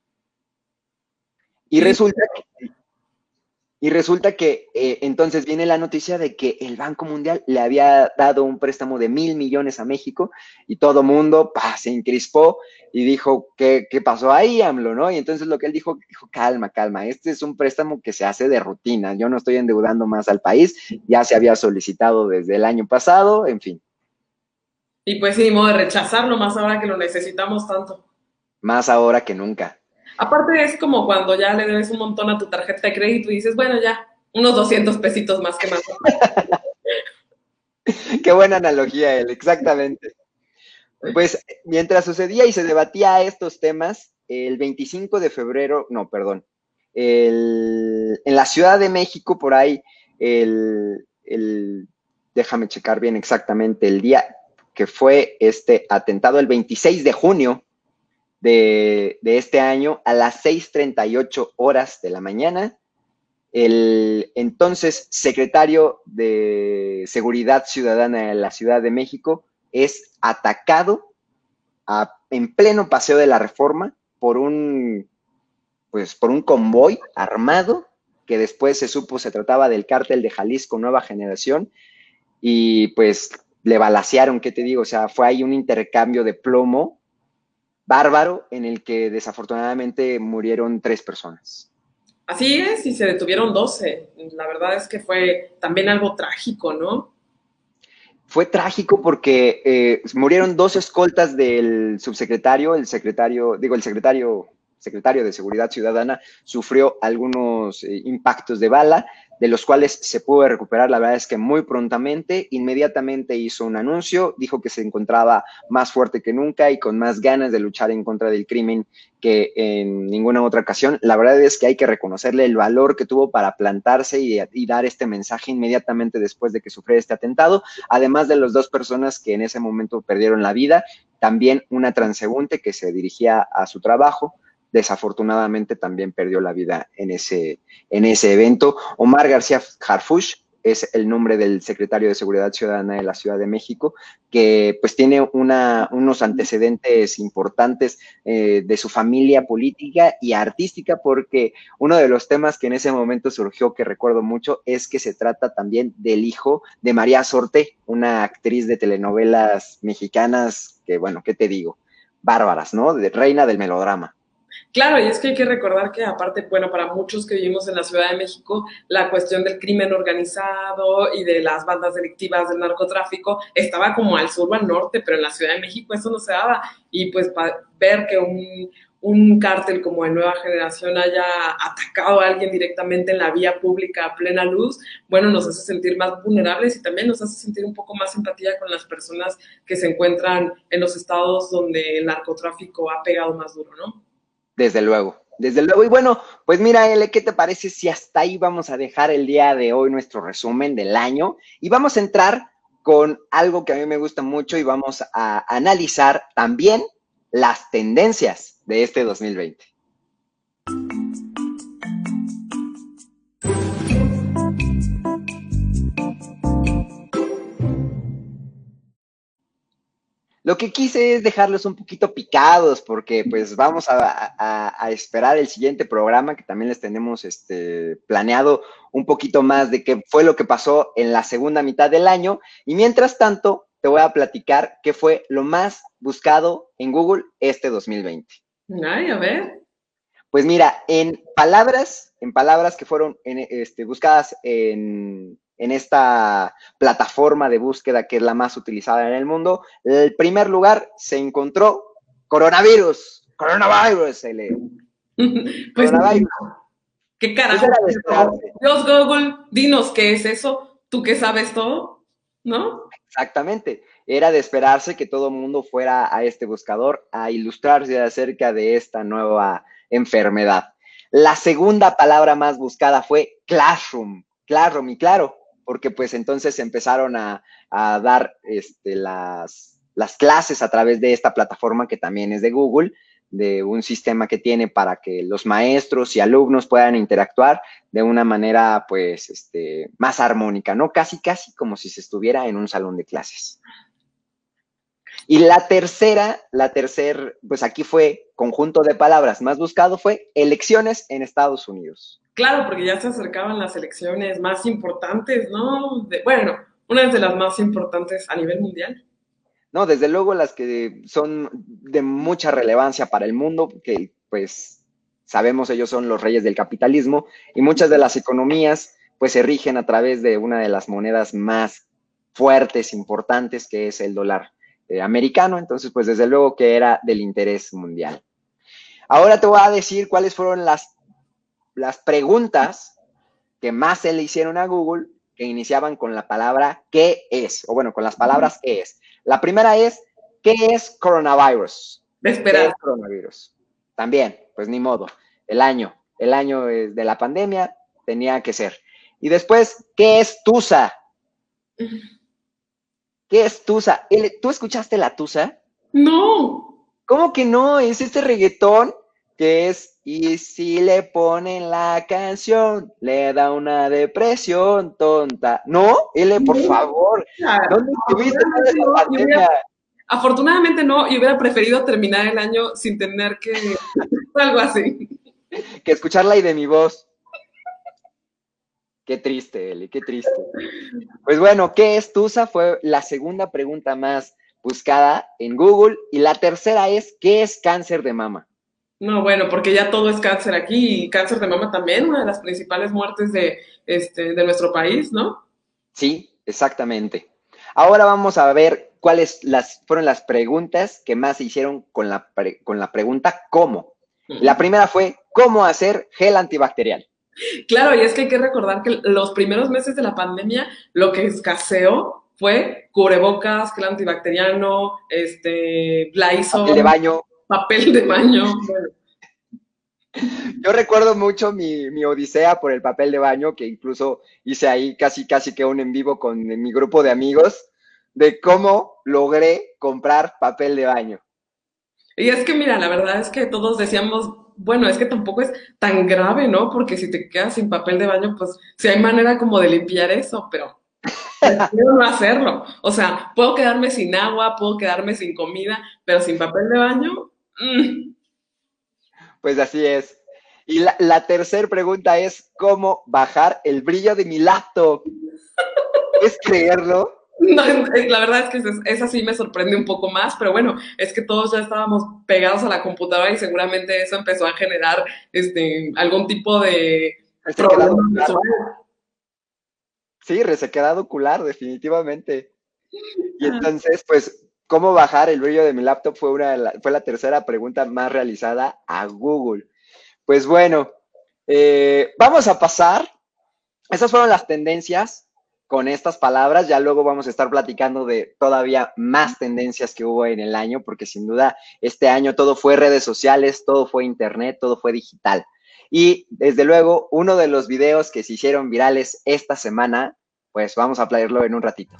Y y resulta Y resulta que entonces viene la noticia de que el Banco Mundial le había dado un préstamo de 1,000 millones a México y todo mundo se encrispó y dijo, ¿qué pasó ahí, AMLO? ¿No? Y entonces lo que él dijo, calma, calma, este es un préstamo que se hace de rutina, yo no estoy endeudando más al país, ya se había solicitado desde el año pasado, en fin, y pues sí, ni modo de rechazarlo más ahora que lo necesitamos tanto. más ahora que nunca. Aparte es como cuando ya le debes un montón a tu tarjeta de crédito y dices, bueno, ya, unos 200 pesitos más que más. Qué buena analogía, él, exactamente. Pues mientras sucedía y se debatía estos temas, el 25 de febrero, no, perdón, en la Ciudad de México, por ahí, déjame checar bien exactamente el día que fue este atentado, el 26 de junio de este año, a las 6:38 de la mañana, el entonces secretario de Seguridad Ciudadana de la Ciudad de México es atacado en pleno Paseo de la Reforma por un convoy armado que después se supo se trataba del cártel de Jalisco Nueva Generación y pues le balacearon, ¿qué te digo? O sea, fue ahí un intercambio de plomo bárbaro en el que desafortunadamente murieron 3 personas. Así es, y se detuvieron 12. La verdad es que fue también algo trágico, ¿no? Fue trágico porque murieron 2 escoltas del subsecretario, el secretario de Seguridad Ciudadana sufrió algunos impactos de bala, de los cuales se pudo recuperar, la verdad es que muy prontamente, inmediatamente hizo un anuncio, dijo que se encontraba más fuerte que nunca y con más ganas de luchar en contra del crimen que en ninguna otra ocasión. La verdad es que hay que reconocerle el valor que tuvo para plantarse y dar este mensaje inmediatamente después de que sufriera este atentado, además de las 2 personas que en ese momento perdieron la vida, también una transeúnte que se dirigía a su trabajo, desafortunadamente también perdió la vida en ese evento. Omar García Harfuch es el nombre del secretario de Seguridad Ciudadana de la Ciudad de México, que pues tiene unos antecedentes importantes de su familia política y artística, porque uno de los temas que en ese momento surgió, que recuerdo mucho, es que se trata también del hijo de María Sorte, una actriz de telenovelas mexicanas que, bueno, ¿qué te digo? Bárbaras, ¿no? De reina del melodrama. Claro, y es que hay que recordar que aparte, bueno, para muchos que vivimos en la Ciudad de México, la cuestión del crimen organizado y de las bandas delictivas del narcotráfico estaba como al sur o al norte, pero en la Ciudad de México eso no se daba. Y pues ver que un cártel como de Nueva Generación haya atacado a alguien directamente en la vía pública a plena luz, bueno, nos hace sentir más vulnerables y también nos hace sentir un poco más empatía con las personas que se encuentran en los estados donde el narcotráfico ha pegado más duro, ¿no? Desde luego, desde luego. Y bueno, pues mira, Ele, ¿qué te parece si hasta ahí vamos a dejar el día de hoy nuestro resumen del año? Y vamos a entrar con algo que a mí me gusta mucho y vamos a analizar también las tendencias de este 2020. Lo que quise es dejarlos un poquito picados porque pues vamos a esperar el siguiente programa que también les tenemos planeado un poquito más de qué fue lo que pasó en la segunda mitad del año y mientras tanto te voy a platicar qué fue lo más buscado en Google este 2020. Ay, a ver. Pues mira, en palabras que fueron buscadas en esta plataforma de búsqueda que es la más utilizada en el mundo, el primer lugar se encontró coronavirus. Coronavirus, Pues coronavirus. ¿qué Pues carajo era de es eso? esperarse. Dios Google, dinos qué es eso. ¿Tú qué sabes todo? ¿no? Exactamente. Era de esperarse que todo el mundo fuera a este buscador a ilustrarse acerca de esta nueva enfermedad. La segunda palabra más buscada fue classroom. Classroom, y claro, porque pues entonces empezaron a dar las clases a través de esta plataforma que también es de Google, de un sistema que tiene para que los maestros y alumnos puedan interactuar de una manera, pues, más armónica, ¿no? Casi, casi como si se estuviera en un salón de clases. Y pues aquí fue conjunto de palabras más buscado fue elecciones en Estados Unidos. Claro, porque ya se acercaban las elecciones más importantes, ¿no? Bueno, una de las más importantes a nivel mundial. No, desde luego las que son de mucha relevancia para el mundo, que pues sabemos ellos son los reyes del capitalismo y muchas de las economías pues se rigen a través de una de las monedas más fuertes, importantes, que es el dólar americano. Entonces, pues desde luego que era del interés mundial. Ahora te voy a decir cuáles fueron las preguntas que más se le hicieron a Google que iniciaban con la palabra ¿qué es? O bueno, con las palabras ¿qué es? La primera es ¿qué es coronavirus? De ¿Qué esperar. es coronavirus? También, pues ni modo. el año de la pandemia tenía que ser. Y después, ¿qué es Tusa? ¿Qué es Tusa? ¿Tú escuchaste la Tusa? No, ¿Cómo que no? Es este reggaetón que es, y si le ponen la canción, le da una depresión tonta. ¿No? L, por no. favor, ¿dónde estuviste toda Afortunadamente esa no, pandemia? afortunadamente no, y hubiera preferido terminar el año sin tener que algo así. Que escucharla y de mi voz. Qué triste, Eli, qué triste. Pues bueno, ¿qué es Tusa? Fue la segunda pregunta más buscada en Google. Y la tercera es, ¿qué es cáncer de mama? No, bueno, porque ya todo es cáncer aquí y cáncer de mama también, una de las principales muertes de nuestro país, ¿no? Sí, exactamente. Ahora vamos a ver cuáles fueron las preguntas que más se hicieron con la pregunta ¿cómo? La primera fue ¿cómo hacer gel antibacterial? Claro, y es que hay que recordar que los primeros meses de la pandemia lo que escaseó fue cubrebocas, gel antibacteriano, Papel de Lysol, baño. papel de baño. Bueno, Yo recuerdo mucho mi odisea por el papel de baño, que incluso hice ahí casi casi que un en vivo con mi grupo de amigos, de cómo logré comprar papel de baño. y es que mira, la verdad es que todos decíamos, bueno, es que tampoco es tan grave, ¿no? Porque si te quedas sin papel de baño, pues sí hay manera como de limpiar eso, pero prefiero no hacerlo. O sea, puedo quedarme sin agua, puedo quedarme sin comida, pero sin papel de baño, Pues así es. Y la tercera pregunta es, ¿cómo bajar el brillo de mi laptop? ¿Puedes creerlo? no, la verdad es que esa sí me sorprende un poco más, pero bueno, es que todos ya estábamos pegados a la computadora y seguramente eso empezó a generar algún tipo de Resequedad problema ocular. visual. Sí, resequedad ocular, definitivamente. Y entonces, pues, ¿cómo bajar el brillo de mi laptop? Fue la tercera pregunta más realizada a Google. Pues bueno, vamos a pasar. Esas fueron las tendencias con estas palabras. Ya luego vamos a estar platicando de todavía más tendencias que hubo en el año, porque sin duda este año todo fue redes sociales, todo fue internet, todo fue digital. Y desde luego, uno de los videos que se hicieron virales esta semana, pues vamos a playarlo en un ratito.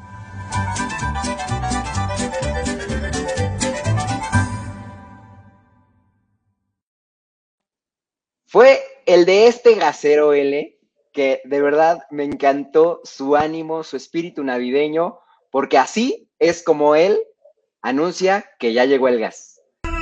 Fue el de este gasero L, que de verdad me encantó su ánimo, su espíritu navideño, porque así es como él anuncia que ya llegó el gas.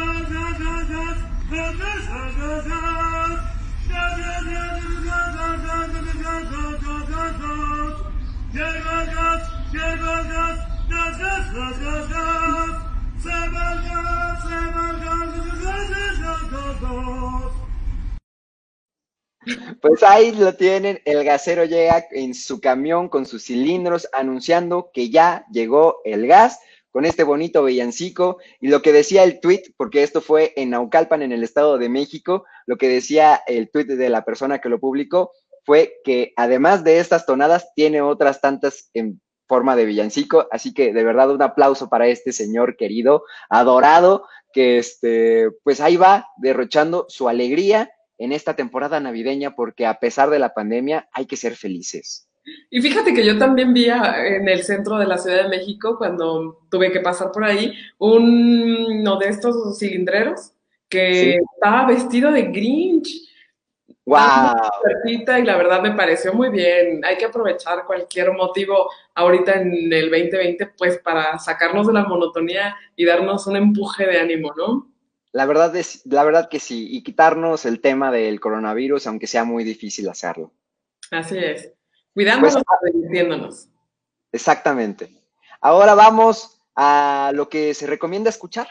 Pues ahí lo tienen, el gasero llega en su camión con sus cilindros anunciando que ya llegó el gas con este bonito villancico y lo que decía el tweet, porque esto fue en Naucalpan, en el Estado de México, lo que decía el tweet de la persona que lo publicó fue que además de estas tonadas tiene otras tantas forma de villancico, así que de verdad un aplauso para este señor querido, adorado, que pues ahí va derrochando su alegría en esta temporada navideña, porque a pesar de la pandemia hay que ser felices. Y fíjate que yo también vi en el centro de la Ciudad de México, cuando tuve que pasar por ahí, uno de estos cilindreros que ¿Sí? estaba vestido de Grinch, dando ¡Wow! vueltita y la verdad me pareció muy bien. Hay que aprovechar cualquier motivo ahorita en el 2020 pues para sacarnos de la monotonía y darnos un empuje de ánimo, ¿no? La verdad que sí, y quitarnos el tema del coronavirus, aunque sea muy difícil hacerlo. Así es. Pues Cuidándonos, divirtiéndonos. exactamente. Ahora vamos a lo que se recomienda escuchar.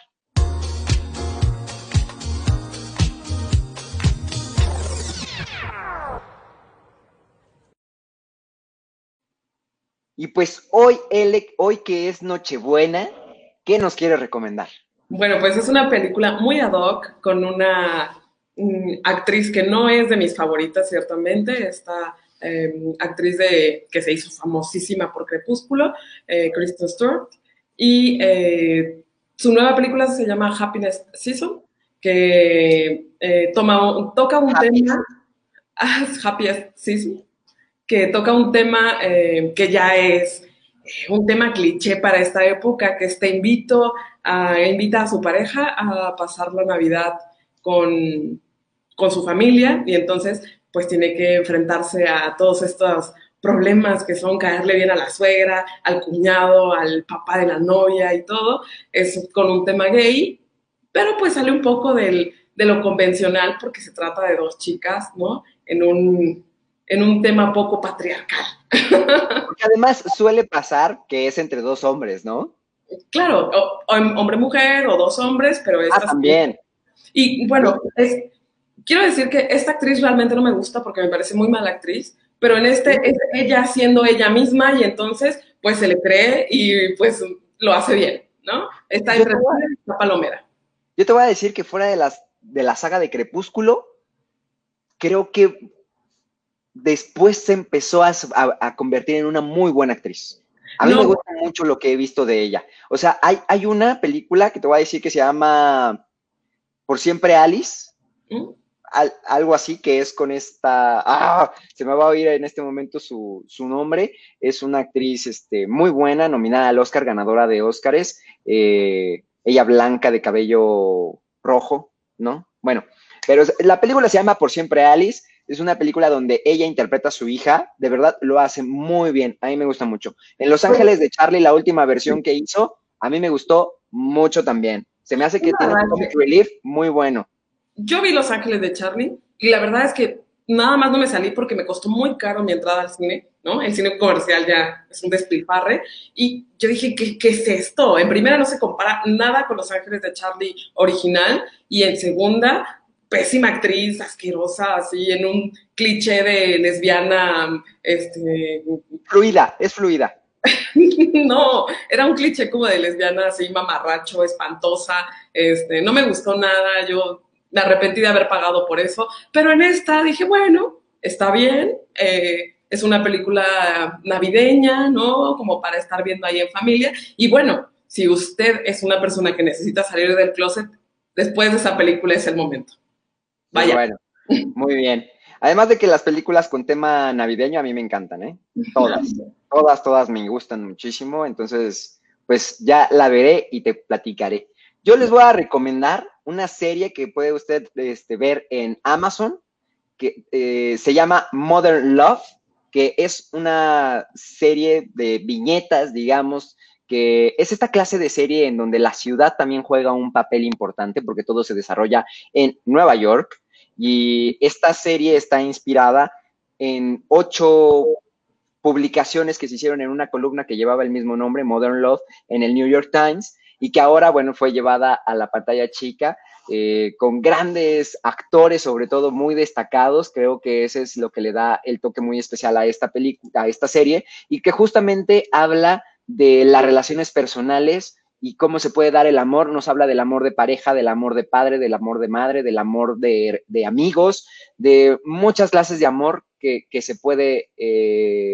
Y pues hoy, hoy que es Nochebuena, ¿qué nos quiere recomendar? Bueno, pues es una película muy ad hoc con una actriz que no es de mis favoritas, ciertamente, esta actriz que se hizo famosísima por Crepúsculo, Kristen Stewart, y su nueva película se llama Happiness Season, que toca un Happy. tema, Happiest Season, que toca un tema que ya es un tema cliché para esta época, que invita a su pareja a pasar la Navidad con, con su familia y entonces pues tiene que enfrentarse a todos estos problemas que son caerle bien a la suegra, al cuñado, al papá de la novia y todo, es con un tema gay, pero pues sale un poco de lo convencional porque se trata de dos chicas, ¿no? En un tema poco patriarcal. Porque además suele pasar que es entre dos hombres, ¿no? Claro, hombre-mujer o dos hombres, pero Ah, estas... también. Y Y bueno, quiero decir que esta actriz realmente no me gusta porque me parece muy mala actriz, pero en este sí, es ella siendo ella misma y entonces pues se le cree y pues lo hace bien, ¿no? Está yo te voy entretenida, está palomera. yo te voy a decir que fuera de de la saga de Crepúsculo, creo que después se empezó a convertir en una muy buena actriz. A mí me No, gusta mucho lo que he visto de ella. O sea, hay una película que te voy a decir que se llama Por siempre Alice, ¿Mm? algo así, que es con se me va a oír en este momento su nombre. Es una actriz muy buena, nominada al Oscar, ganadora de Oscars. Ella blanca, de cabello rojo, ¿no? Bueno, pero la película se llama Por siempre Alice. Es una película donde ella interpreta a su hija. De verdad lo hace muy bien. A mí me gusta mucho. En Los Ángeles de Charlie, la última versión que hizo, a mí me gustó mucho también. Se me hace que La tiene un verdad comic es que relief muy bueno. yo vi Los Ángeles de Charlie y la verdad es que nada más no me salí porque me costó muy caro mi entrada al cine, ¿no? El cine comercial ya es un despilfarre y yo dije, ¿qué es esto? En primera no se compara nada con Los Ángeles de Charlie original y en segunda, pésima actriz, asquerosa, así en un cliché de lesbiana, Fluida, es fluida. no, era un cliché como de lesbiana así, mamarracho, espantosa, no me gustó nada, yo me arrepentí de haber pagado por eso, pero en esta dije, bueno, está bien, es una película navideña, ¿no? Como para estar viendo ahí en familia, y bueno, si usted es una persona que necesita salir del closet, después de esa película es el momento. Pues Vaya. bueno, muy bien. Además de que las películas con tema navideño a mí me encantan, ¿eh? Todas, todas me gustan muchísimo. Entonces, pues ya la veré y te platicaré. Yo les voy a recomendar una serie que puede usted ver en Amazon, que se llama Modern Love, que es una serie de viñetas, digamos, que es esta clase de serie en donde la ciudad también juega un papel importante porque todo se desarrolla en Nueva York y esta serie está inspirada en 8 publicaciones que se hicieron en una columna que llevaba el mismo nombre, Modern Love, en el New York Times, y que ahora, bueno, fue llevada a la pantalla chica con grandes actores, sobre todo muy destacados. Creo que ese es lo que le da el toque muy especial a esta película, a esta serie, y que justamente habla de las relaciones personales y cómo se puede dar el amor. Nos habla del amor de pareja, del amor de padre, del amor de madre, del amor de amigos, de muchas clases de amor que se puede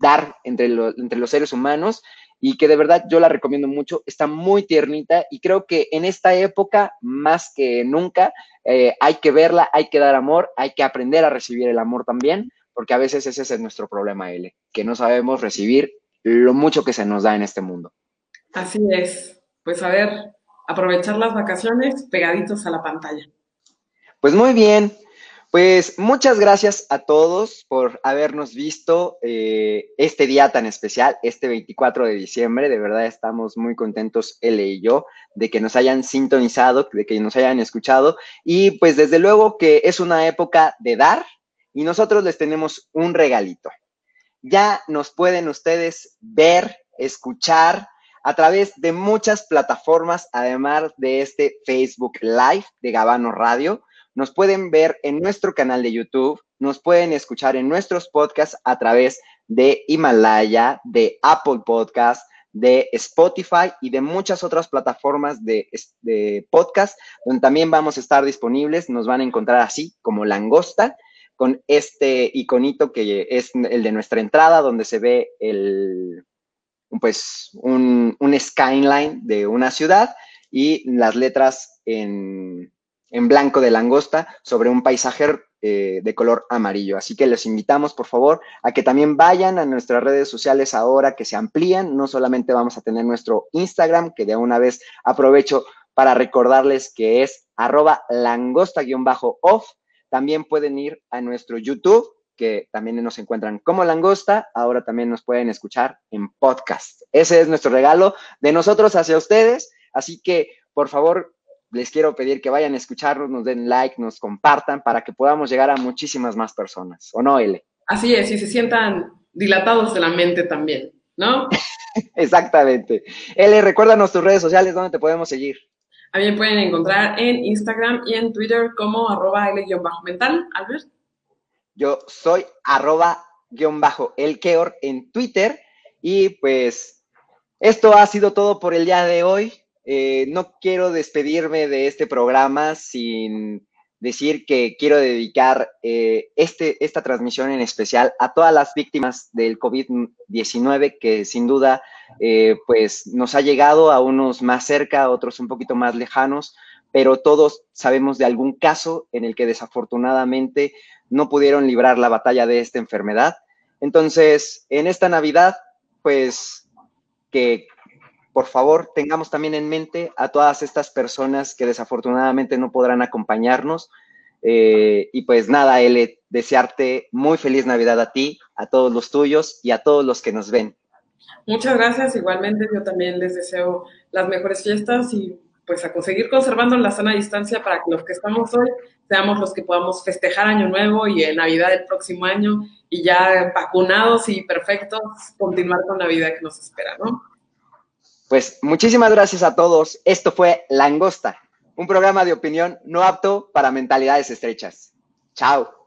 dar entre los seres humanos y que de verdad yo la recomiendo mucho. Está muy tiernita y creo que en esta época, más que nunca, hay que verla, hay que dar amor, hay que aprender a recibir el amor también, porque a veces ese es nuestro problema, L, que no sabemos recibir lo mucho que se nos da en este mundo. Así es. Pues a ver, aprovechar las vacaciones pegaditos a la pantalla. Pues muy bien, pues muchas gracias a todos por habernos visto este día tan especial, este 24 de diciembre. De verdad estamos muy contentos, L y yo, de que nos hayan sintonizado, de que nos hayan escuchado. Y pues desde luego que es una época de dar y nosotros les tenemos un regalito. Ya nos pueden ustedes ver, escuchar a través de muchas plataformas, además de este Facebook Live de Gabano Radio. Nos pueden ver en nuestro canal de YouTube, nos pueden escuchar en nuestros podcasts a través de Himalaya, de Apple Podcasts, de Spotify y de muchas otras plataformas de podcast, donde también vamos a estar disponibles. Nos van a encontrar así como Langosta, con este iconito que es el de nuestra entrada, donde se ve pues un skyline de una ciudad y las letras en blanco de Langosta sobre un paisaje de color amarillo. Así que les invitamos, por favor, a que también vayan a nuestras redes sociales ahora que se amplían. No solamente vamos a tener nuestro Instagram, que de una vez aprovecho para recordarles que es @langosta_off. También pueden ir a nuestro YouTube, que también nos encuentran como Langosta. Ahora también nos pueden escuchar en podcast. Ese es nuestro regalo de nosotros hacia ustedes. Así que, por favor, les quiero pedir que vayan a escucharnos, nos den like, nos compartan para que podamos llegar a muchísimas más personas. ¿O no, L? Así es, y se sientan dilatados de la mente también, ¿no? Exactamente. L, recuérdanos tus redes sociales, ¿dónde te podemos seguir? A mí me pueden encontrar en Instagram y en Twitter como @L_mental, Albert. Yo soy @_elkeor en Twitter y pues esto ha sido todo por el día de hoy. No quiero despedirme de este programa sin decir que quiero dedicar esta transmisión en especial a todas las víctimas del COVID-19 que sin duda pues nos ha llegado a unos más cerca, a otros un poquito más lejanos, pero todos sabemos de algún caso en el que desafortunadamente no pudieron librar la batalla de esta enfermedad. Entonces, en esta Navidad, pues que por favor tengamos también en mente a todas estas personas que desafortunadamente no podrán acompañarnos. Y pues nada, L, desearte muy feliz Navidad a ti, a todos los tuyos y a todos los que nos ven. Muchas gracias, igualmente yo también les deseo las mejores fiestas y pues a conseguir conservando la sana distancia para que los que estamos hoy seamos los que podamos festejar Año Nuevo y en Navidad del próximo año y ya vacunados y perfectos, continuar con la vida que nos espera, ¿no? Pues muchísimas gracias a todos. Esto fue Langosta, un programa de opinión no apto para mentalidades estrechas. Chao.